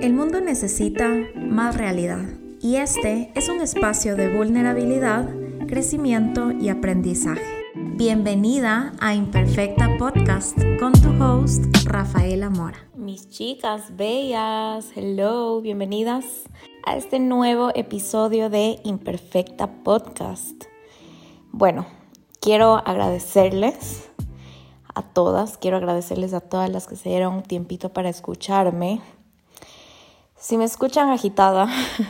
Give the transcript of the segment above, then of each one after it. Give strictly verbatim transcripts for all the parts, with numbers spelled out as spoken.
El mundo necesita más realidad y este es un espacio de vulnerabilidad, crecimiento y aprendizaje. Bienvenida a Imperfecta Podcast con tu host Rafaela Mora. Mis chicas bellas, hello, bienvenidas a este nuevo episodio de Imperfecta Podcast. Bueno, quiero agradecerles a todas, quiero agradecerles a todas las que se dieron un tiempito para escucharme. Si me escuchan agitada,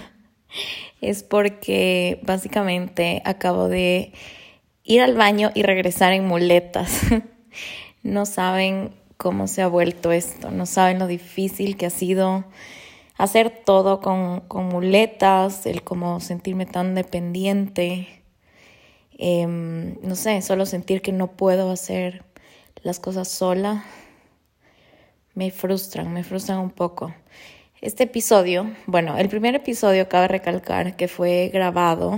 es porque básicamente acabo de ir al baño y regresar en muletas. No saben cómo se ha vuelto esto, no saben lo difícil que ha sido hacer todo con, con muletas, el cómo sentirme tan dependiente. Eh, no sé, solo sentir que no puedo hacer las cosas sola me frustran, me frustran un poco. Este episodio, bueno, el primer episodio cabe recalcar que fue grabado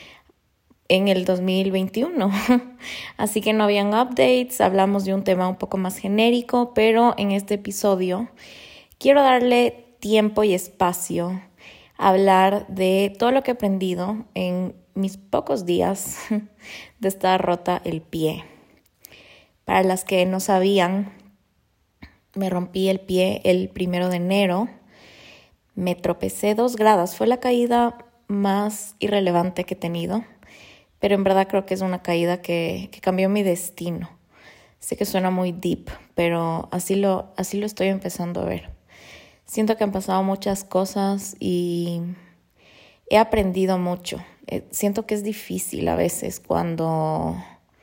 en el dos mil veintiuno, así que no habían updates, hablamos de un tema un poco más genérico, pero en este episodio quiero darle tiempo y espacio a hablar de todo lo que he aprendido en mis pocos días de estar rota el pie. Para las que no sabían, me rompí el pie el primero de enero. Me tropecé dos gradas. Fue la caída más irrelevante que he tenido, pero en verdad creo que es una caída que, que cambió mi destino. Sé que suena muy deep, pero así lo, así lo estoy empezando a ver. Siento que han pasado muchas cosas y he aprendido mucho. Eh, siento que es difícil a veces cuando,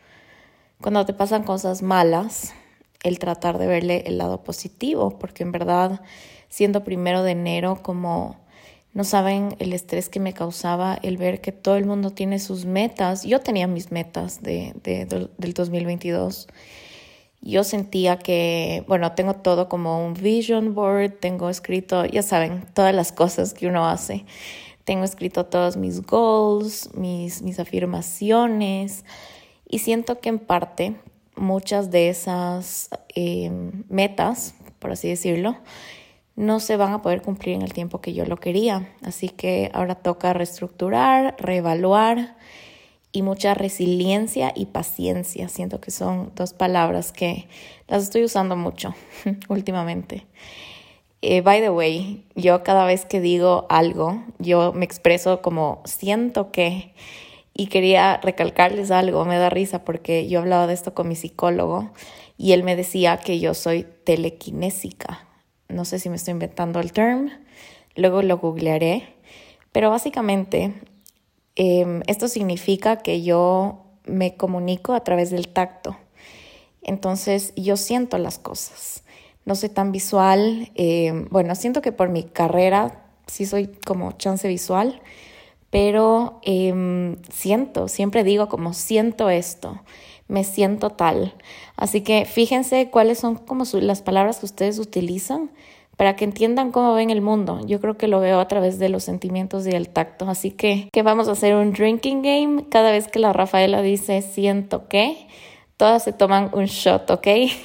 cuando te pasan cosas malas, el tratar de verle el lado positivo, porque en verdad, siendo primero de enero, como no saben el estrés que me causaba el ver que todo el mundo tiene sus metas. Yo tenía mis metas de, de, de, del dos mil veintidós. Yo sentía que, bueno, tengo todo como un vision board, tengo escrito, ya saben, todas las cosas que uno hace. Tengo escrito todos mis goals, mis, mis afirmaciones, y siento que en parte muchas de esas eh, metas, por así decirlo, no se van a poder cumplir en el tiempo que yo lo quería. Así que ahora toca reestructurar, reevaluar y mucha resiliencia y paciencia. Siento que son dos palabras que las estoy usando mucho últimamente. Eh, by the way, yo cada vez que digo algo, yo me expreso como siento que... Y quería recalcarles algo, me da risa porque yo hablaba de esto con mi psicólogo y él me decía que yo soy telequinésica. No sé si me estoy inventando el term, luego lo googlearé. Pero básicamente eh, esto significa que yo me comunico a través del tacto. Entonces yo siento las cosas. No soy tan visual. Eh, bueno, siento que por mi carrera sí soy como chance visual. Pero eh, siento, siempre digo como siento esto, me siento tal. Así que fíjense cuáles son como su, las palabras que ustedes utilizan para que entiendan cómo ven el mundo. Yo creo que lo veo a través de los sentimientos y el tacto. Así que, que vamos a hacer un drinking game. Cada vez que la Rafaela dice siento que, todas se toman un shot, ¿ok?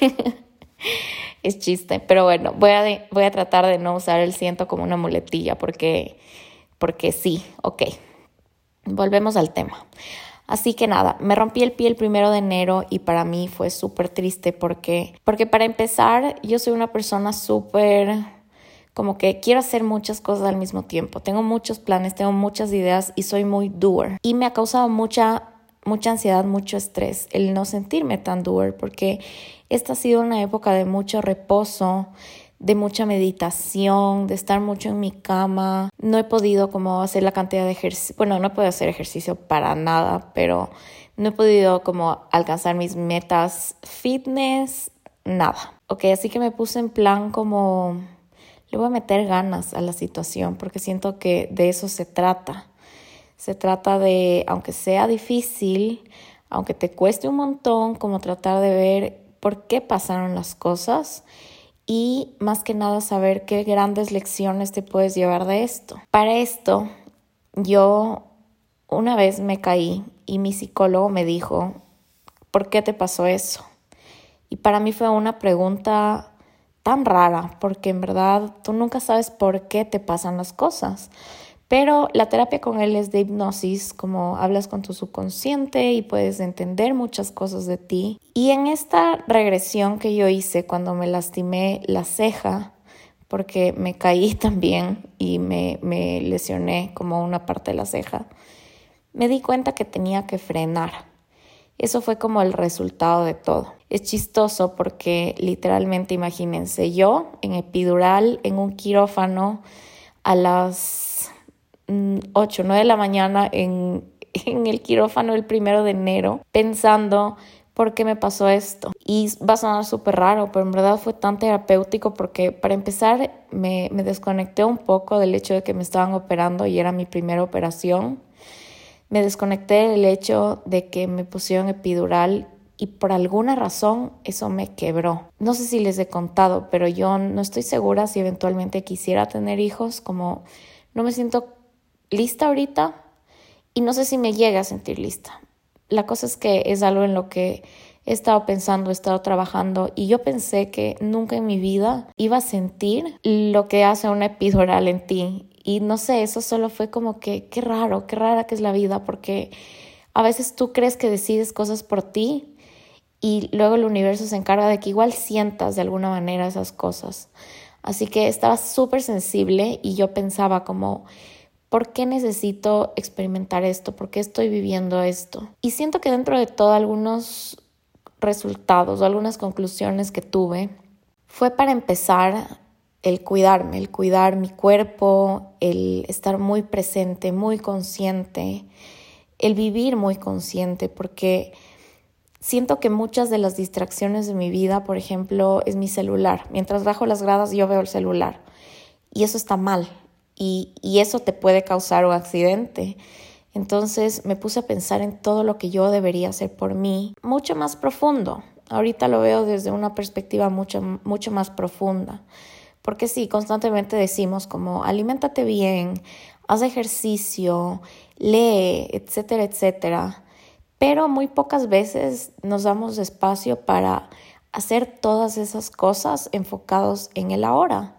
Es chiste, pero bueno, voy a, de, voy a tratar de no usar el siento como una muletilla porque... Porque sí, ok. Volvemos al tema. Así que nada, me rompí el pie el primero de enero y para mí fue súper triste porque, porque para empezar yo soy una persona súper, como que quiero hacer muchas cosas al mismo tiempo. Tengo muchos planes, tengo muchas ideas y soy muy doer. Y me ha causado mucha, mucha ansiedad, mucho estrés el no sentirme tan doer porque esta ha sido una época de mucho reposo, de mucha meditación, de estar mucho en mi cama. No he podido como hacer la cantidad de ejercicio, bueno, no puedo hacer ejercicio para nada, pero no he podido como alcanzar mis metas fitness, nada. Ok, así que me puse en plan como, le voy a meter ganas a la situación porque siento que de eso se trata. Se trata de, aunque sea difícil, aunque te cueste un montón, como tratar de ver por qué pasaron las cosas. Y más que nada saber qué grandes lecciones te puedes llevar de esto. Para esto, yo una vez me caí y mi psicólogo me dijo, ¿por qué te pasó eso? Y para mí fue una pregunta tan rara, porque en verdad tú nunca sabes por qué te pasan las cosas. Pero la terapia con él es de hipnosis, como hablas con tu subconsciente y puedes entender muchas cosas de ti. Y en esta regresión que yo hice cuando me lastimé la ceja, porque me caí también y me, me lesioné como una parte de la ceja, me di cuenta que tenía que frenar. Eso fue como el resultado de todo. Es chistoso porque literalmente, imagínense, yo en epidural, en un quirófano a las ocho, nueve de la mañana en, en el quirófano el primero de enero, pensando por qué me pasó esto. Y va a sonar súper raro, pero en verdad fue tan terapéutico porque para empezar me, me desconecté un poco del hecho de que me estaban operando y era mi primera operación. Me desconecté del hecho de que me pusieron epidural y por alguna razón eso me quebró. No sé si les he contado, pero yo no estoy segura si eventualmente quisiera tener hijos, como no me siento lista ahorita y no sé si me llega a sentir lista. La cosa es que es algo en lo que he estado pensando, he estado trabajando y yo pensé que nunca en mi vida iba a sentir lo que hace una epidural en ti. Y no sé, eso solo fue como que qué raro, qué rara que es la vida, porque a veces tú crees que decides cosas por ti y luego el universo se encarga de que igual sientas de alguna manera esas cosas. Así que estaba súper sensible y yo pensaba como, ¿por qué necesito experimentar esto? ¿Por qué estoy viviendo esto? Y siento que dentro de todo algunos resultados o algunas conclusiones que tuve fue para empezar el cuidarme, el cuidar mi cuerpo, el estar muy presente, muy consciente, el vivir muy consciente, porque siento que muchas de las distracciones de mi vida, por ejemplo, es mi celular. Mientras bajo las gradas yo veo el celular y eso está mal. Y, y eso te puede causar un accidente. Entonces me puse a pensar en todo lo que yo debería hacer por mí, mucho más profundo. Ahorita lo veo desde una perspectiva mucho, mucho más profunda. Porque sí, constantemente decimos como aliméntate bien, haz ejercicio, lee, etcétera, etcétera. Pero muy pocas veces nos damos espacio para hacer todas esas cosas enfocados en el ahora.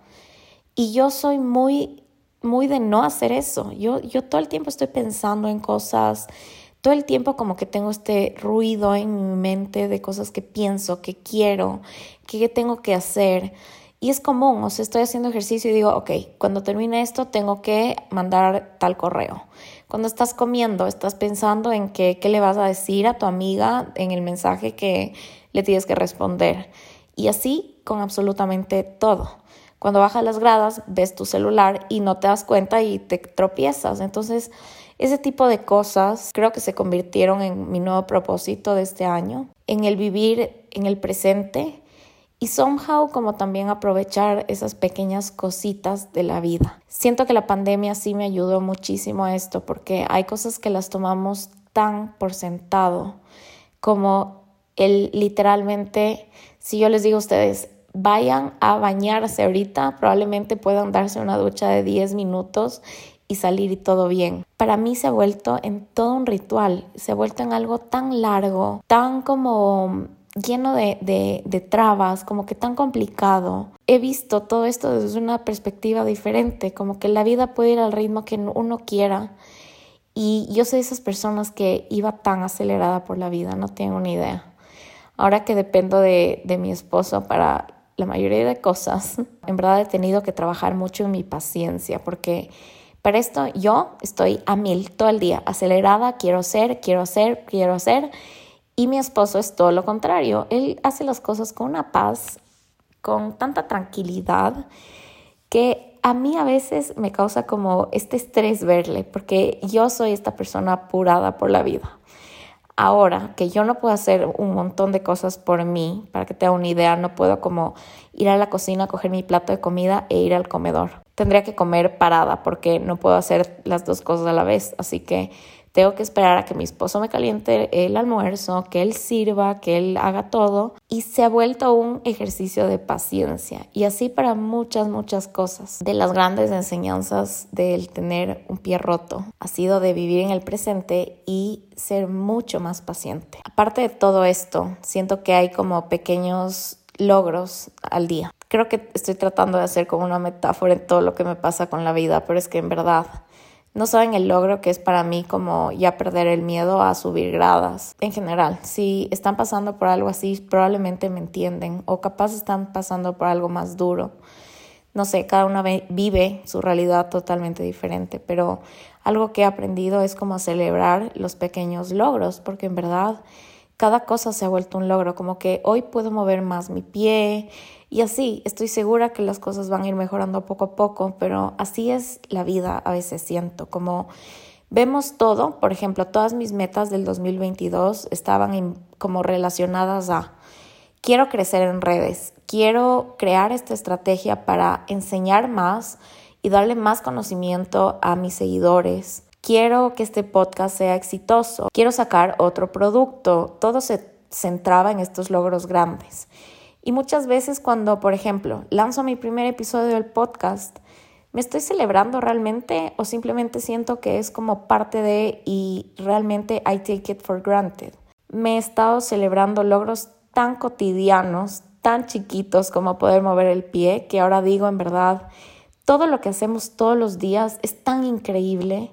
Y yo soy muy... muy de no hacer eso. Yo, yo todo el tiempo estoy pensando en cosas, todo el tiempo como que tengo este ruido en mi mente de cosas que pienso, que quiero, que tengo que hacer. Y es común, o sea, estoy haciendo ejercicio y digo, ok, cuando termine esto tengo que mandar tal correo. Cuando estás comiendo, estás pensando en que, qué le vas a decir a tu amiga en el mensaje que le tienes que responder. Y así con absolutamente todo. Cuando bajas las gradas, ves tu celular y no te das cuenta y te tropiezas. Entonces, ese tipo de cosas creo que se convirtieron en mi nuevo propósito de este año, en el vivir en el presente y somehow como también aprovechar esas pequeñas cositas de la vida. Siento que la pandemia sí me ayudó muchísimo a esto porque hay cosas que las tomamos tan por sentado como el literalmente, si yo les digo a ustedes, vayan a bañarse ahorita, probablemente puedan darse una ducha de diez minutos y salir y todo bien. Para mí se ha vuelto en todo un ritual, se ha vuelto en algo tan largo, tan como lleno de, de, de trabas, como que tan complicado. He visto todo esto desde una perspectiva diferente, como que la vida puede ir al ritmo que uno quiera. Y yo soy de esas personas que iba tan acelerada por la vida, no tengo ni idea. Ahora que dependo de, de mi esposo para la mayoría de cosas, en verdad he tenido que trabajar mucho en mi paciencia, porque para esto yo estoy a mil todo el día, acelerada, quiero hacer, quiero hacer, quiero hacer, y mi esposo es todo lo contrario. Él hace las cosas con una paz, con tanta tranquilidad, que a mí a veces me causa como este estrés verle, porque yo soy esta persona apurada por la vida. Ahora que yo no puedo hacer un montón de cosas por mí, para que te haga una idea, no puedo como ir a la cocina, coger mi plato de comida e ir al comedor. Tendría que comer parada porque no puedo hacer las dos cosas a la vez. Así que tengo que esperar a que mi esposo me caliente el almuerzo, que él sirva, que él haga todo. Y se ha vuelto un ejercicio de paciencia. Y así para muchas, muchas cosas. De las grandes enseñanzas del tener un pie roto ha sido de vivir en el presente y ser mucho más paciente. Aparte de todo esto, siento que hay como pequeños logros al día. creo que estoy tratando de hacer como una metáfora en todo lo que me pasa con la vida, pero es que en verdad no saben el logro que es para mí como ya perder el miedo a subir gradas. En general, si están pasando por algo así, probablemente me entienden, o capaz están pasando por algo más duro. No sé, cada una vive su realidad totalmente diferente, pero algo que he aprendido es como celebrar los pequeños logros, porque en verdad cada cosa se ha vuelto un logro, como que hoy puedo mover más mi pie y así. Estoy segura que las cosas van a ir mejorando poco a poco, pero así es la vida a veces, siento, como vemos todo. Por ejemplo, todas mis metas del dos mil veintidós estaban en, como relacionadas a quiero crecer en redes, quiero crear esta estrategia para enseñar más y darle más conocimiento a mis seguidores. Quiero que este podcast sea exitoso, quiero sacar otro producto. Todo se centraba en estos logros grandes. Y muchas veces cuando, por ejemplo, lanzo mi primer episodio del podcast, ¿me estoy celebrando realmente o simplemente siento que es como parte de y realmente I take it for granted? Me he estado celebrando logros tan cotidianos, tan chiquitos como poder mover el pie, que ahora digo en verdad, todo lo que hacemos todos los días es tan increíble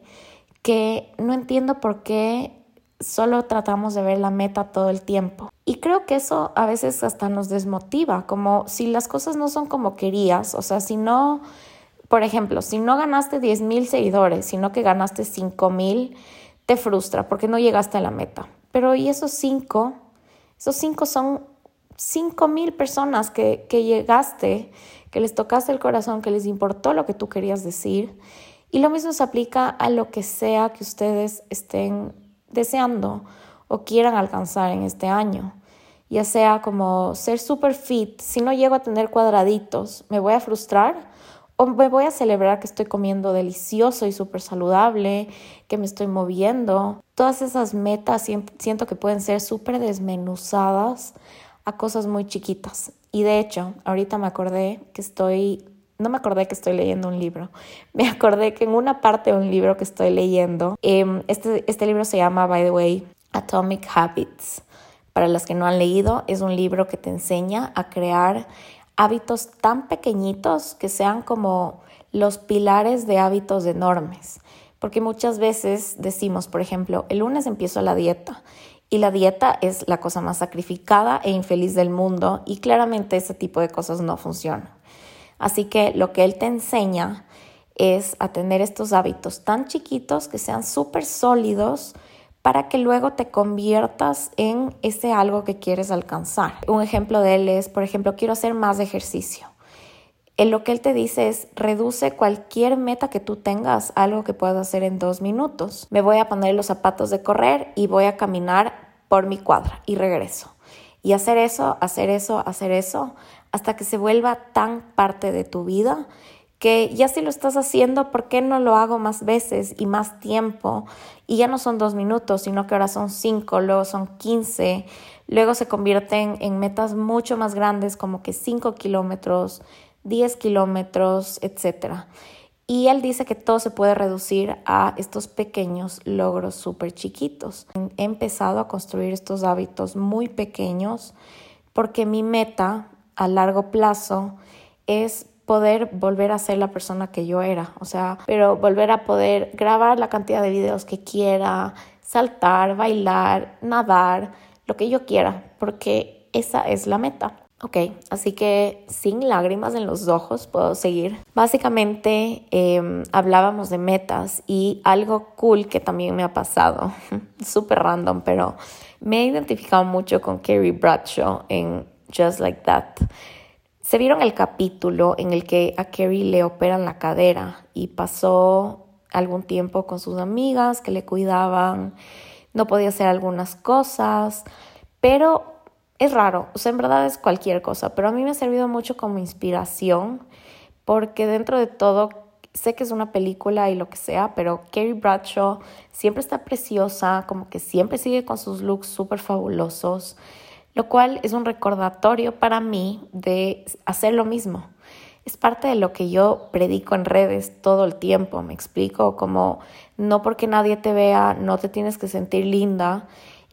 que no entiendo por qué solo tratamos de ver la meta todo el tiempo. Y creo que eso a veces hasta nos desmotiva, como si las cosas no son como querías, o sea, si no, por ejemplo, si no ganaste diez mil seguidores, sino que ganaste cinco mil, te frustra porque no llegaste a la meta. Pero ¿y esos cinco? Esos cinco son cinco mil personas que, que llegaste, que les tocaste el corazón, que les importó lo que tú querías decir. Y lo mismo se aplica a lo que sea que ustedes estén deseando o quieran alcanzar en este año. Ya sea como ser super fit, si no llego a tener cuadraditos, ¿me voy a frustrar? ¿O me voy a celebrar que estoy comiendo delicioso y súper saludable, que me estoy moviendo? Todas esas metas siento que pueden ser súper desmenuzadas a cosas muy chiquitas. Y de hecho, ahorita me acordé que estoy... No me acordé que estoy leyendo un libro. Me acordé que en una parte de un libro que estoy leyendo, eh, este, este libro se llama, by the way, Atomic Habits. Para los que no han leído, es un libro que te enseña a crear hábitos tan pequeñitos que sean como los pilares de hábitos enormes. Porque muchas veces decimos, por ejemplo, el lunes empiezo la dieta. Y la dieta es la cosa más sacrificada e infeliz del mundo. Y claramente ese tipo de cosas no funcionan. Así que lo que él te enseña es a tener estos hábitos tan chiquitos que sean súper sólidos para que luego te conviertas en ese algo que quieres alcanzar. Un ejemplo de él es, por ejemplo, quiero hacer más ejercicio. Él, lo que él te dice es, reduce cualquier meta que tú tengas a algo que puedas hacer en dos minutos. Me voy a poner los zapatos de correr y voy a caminar por mi cuadra y regreso. Y hacer eso, hacer eso, hacer eso, hasta que se vuelva tan parte de tu vida que ya si lo estás haciendo, ¿por qué no lo hago más veces y más tiempo? Y ya no son dos minutos, sino que ahora son cinco, luego son quince, luego se convierten en metas mucho más grandes como que cinco kilómetros, diez kilómetros, etcétera. Y él dice que todo se puede reducir a estos pequeños logros súper chiquitos. He empezado a construir estos hábitos muy pequeños porque mi meta a largo plazo es poder volver a ser la persona que yo era, o sea, pero volver a poder grabar la cantidad de videos que quiera, saltar, bailar, nadar, lo que yo quiera, porque esa es la meta. Ok, así que sin lágrimas en los ojos puedo seguir. Básicamente eh, hablábamos de metas y algo cool que también me ha pasado, súper random, pero me he identificado mucho con Carrie Bradshaw en Just Like That. ¿Se vieron el capítulo en el que a Carrie le operan la cadera y pasó algún tiempo con sus amigas que le cuidaban? No podía hacer algunas cosas, pero es raro, o sea, en verdad es cualquier cosa, pero a mí me ha servido mucho como inspiración porque dentro de todo sé que es una película y lo que sea, pero Carrie Bradshaw siempre está preciosa, como que siempre sigue con sus looks súper fabulosos, lo cual es un recordatorio para mí de hacer lo mismo. Es parte de lo que yo predico en redes todo el tiempo, me explico, como no porque nadie te vea, no te tienes que sentir linda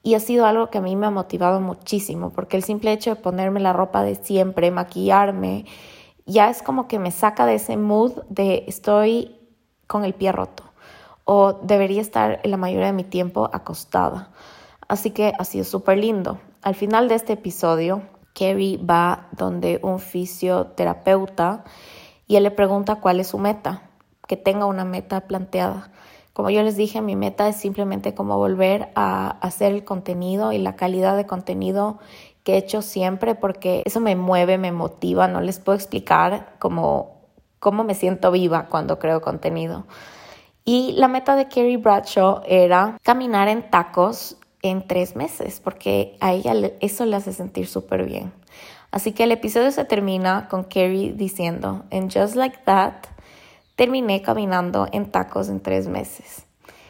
Y ha sido algo que a mí me ha motivado muchísimo, porque el simple hecho de ponerme la ropa de siempre, maquillarme, ya es como que me saca de ese mood de estoy con el pie roto o debería estar la mayoría de mi tiempo acostada. Así que ha sido súper lindo. Al final de este episodio, Carrie va donde un fisioterapeuta y él le pregunta cuál es su meta, que tenga una meta planteada. Como yo les dije, mi meta es simplemente como volver a hacer el contenido y la calidad de contenido que he hecho siempre, porque eso me mueve, me motiva. No les puedo explicar cómo, cómo me siento viva cuando creo contenido. Y la meta de Carrie Bradshaw era caminar en tacos en tres meses, porque a ella eso le hace sentir súper bien. Así que el episodio se termina con Carrie diciendo, and just like that, terminé caminando en tacos en tres meses.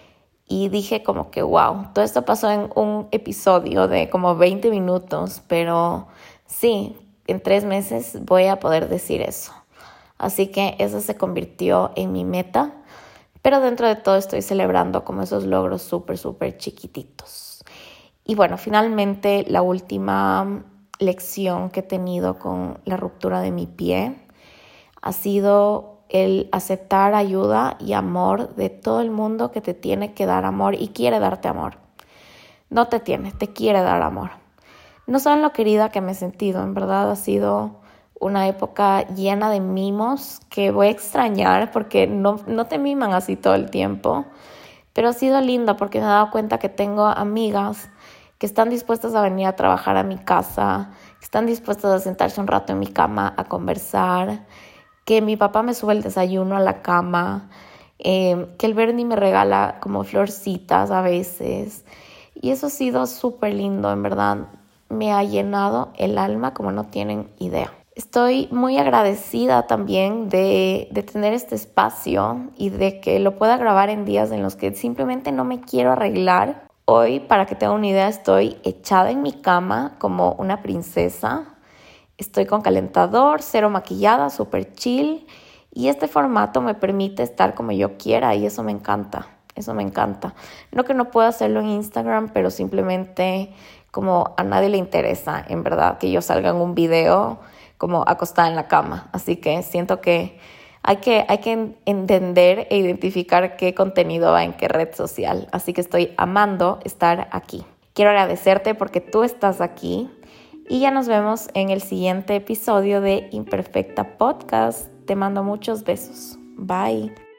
Y dije como que wow, todo esto pasó en un episodio de como veinte minutos, pero sí, en tres meses voy a poder decir eso. Así que eso se convirtió en mi meta, pero dentro de todo estoy celebrando como esos logros súper, súper chiquititos. Y bueno, finalmente la última lección que he tenido con la ruptura de mi pie ha sido el aceptar ayuda y amor de todo el mundo que te tiene que dar amor y quiere darte amor. No te tiene, te quiere dar amor. No saben lo querida que me he sentido, en verdad ha sido una época llena de mimos que voy a extrañar porque no, no te miman así todo el tiempo, pero ha sido lindo porque me he dado cuenta que tengo amigas que están dispuestas a venir a trabajar a mi casa, que están dispuestas a sentarse un rato en mi cama a conversar, que mi papá me sube el desayuno a la cama, eh, que el Bernie me regala como florcitas a veces. Y eso ha sido súper lindo, en verdad. Me ha llenado el alma como no tienen idea. Estoy muy agradecida también de, de tener este espacio y de que lo pueda grabar en días en los que simplemente no me quiero arreglar. Hoy, para que tengan una idea, estoy echada en mi cama como una princesa. Estoy con calentador, cero maquillada, súper chill. Y este formato me permite estar como yo quiera y eso me encanta. Eso me encanta. No que no pueda hacerlo en Instagram, pero simplemente como a nadie le interesa, en verdad, que yo salga en un video como acostada en la cama. Así que siento que hay que, hay que entender e identificar qué contenido va en qué red social. Así que estoy amando estar aquí. Quiero agradecerte porque tú estás aquí. Y ya nos vemos en el siguiente episodio de Imperfecta Podcast. Te mando muchos besos. Bye.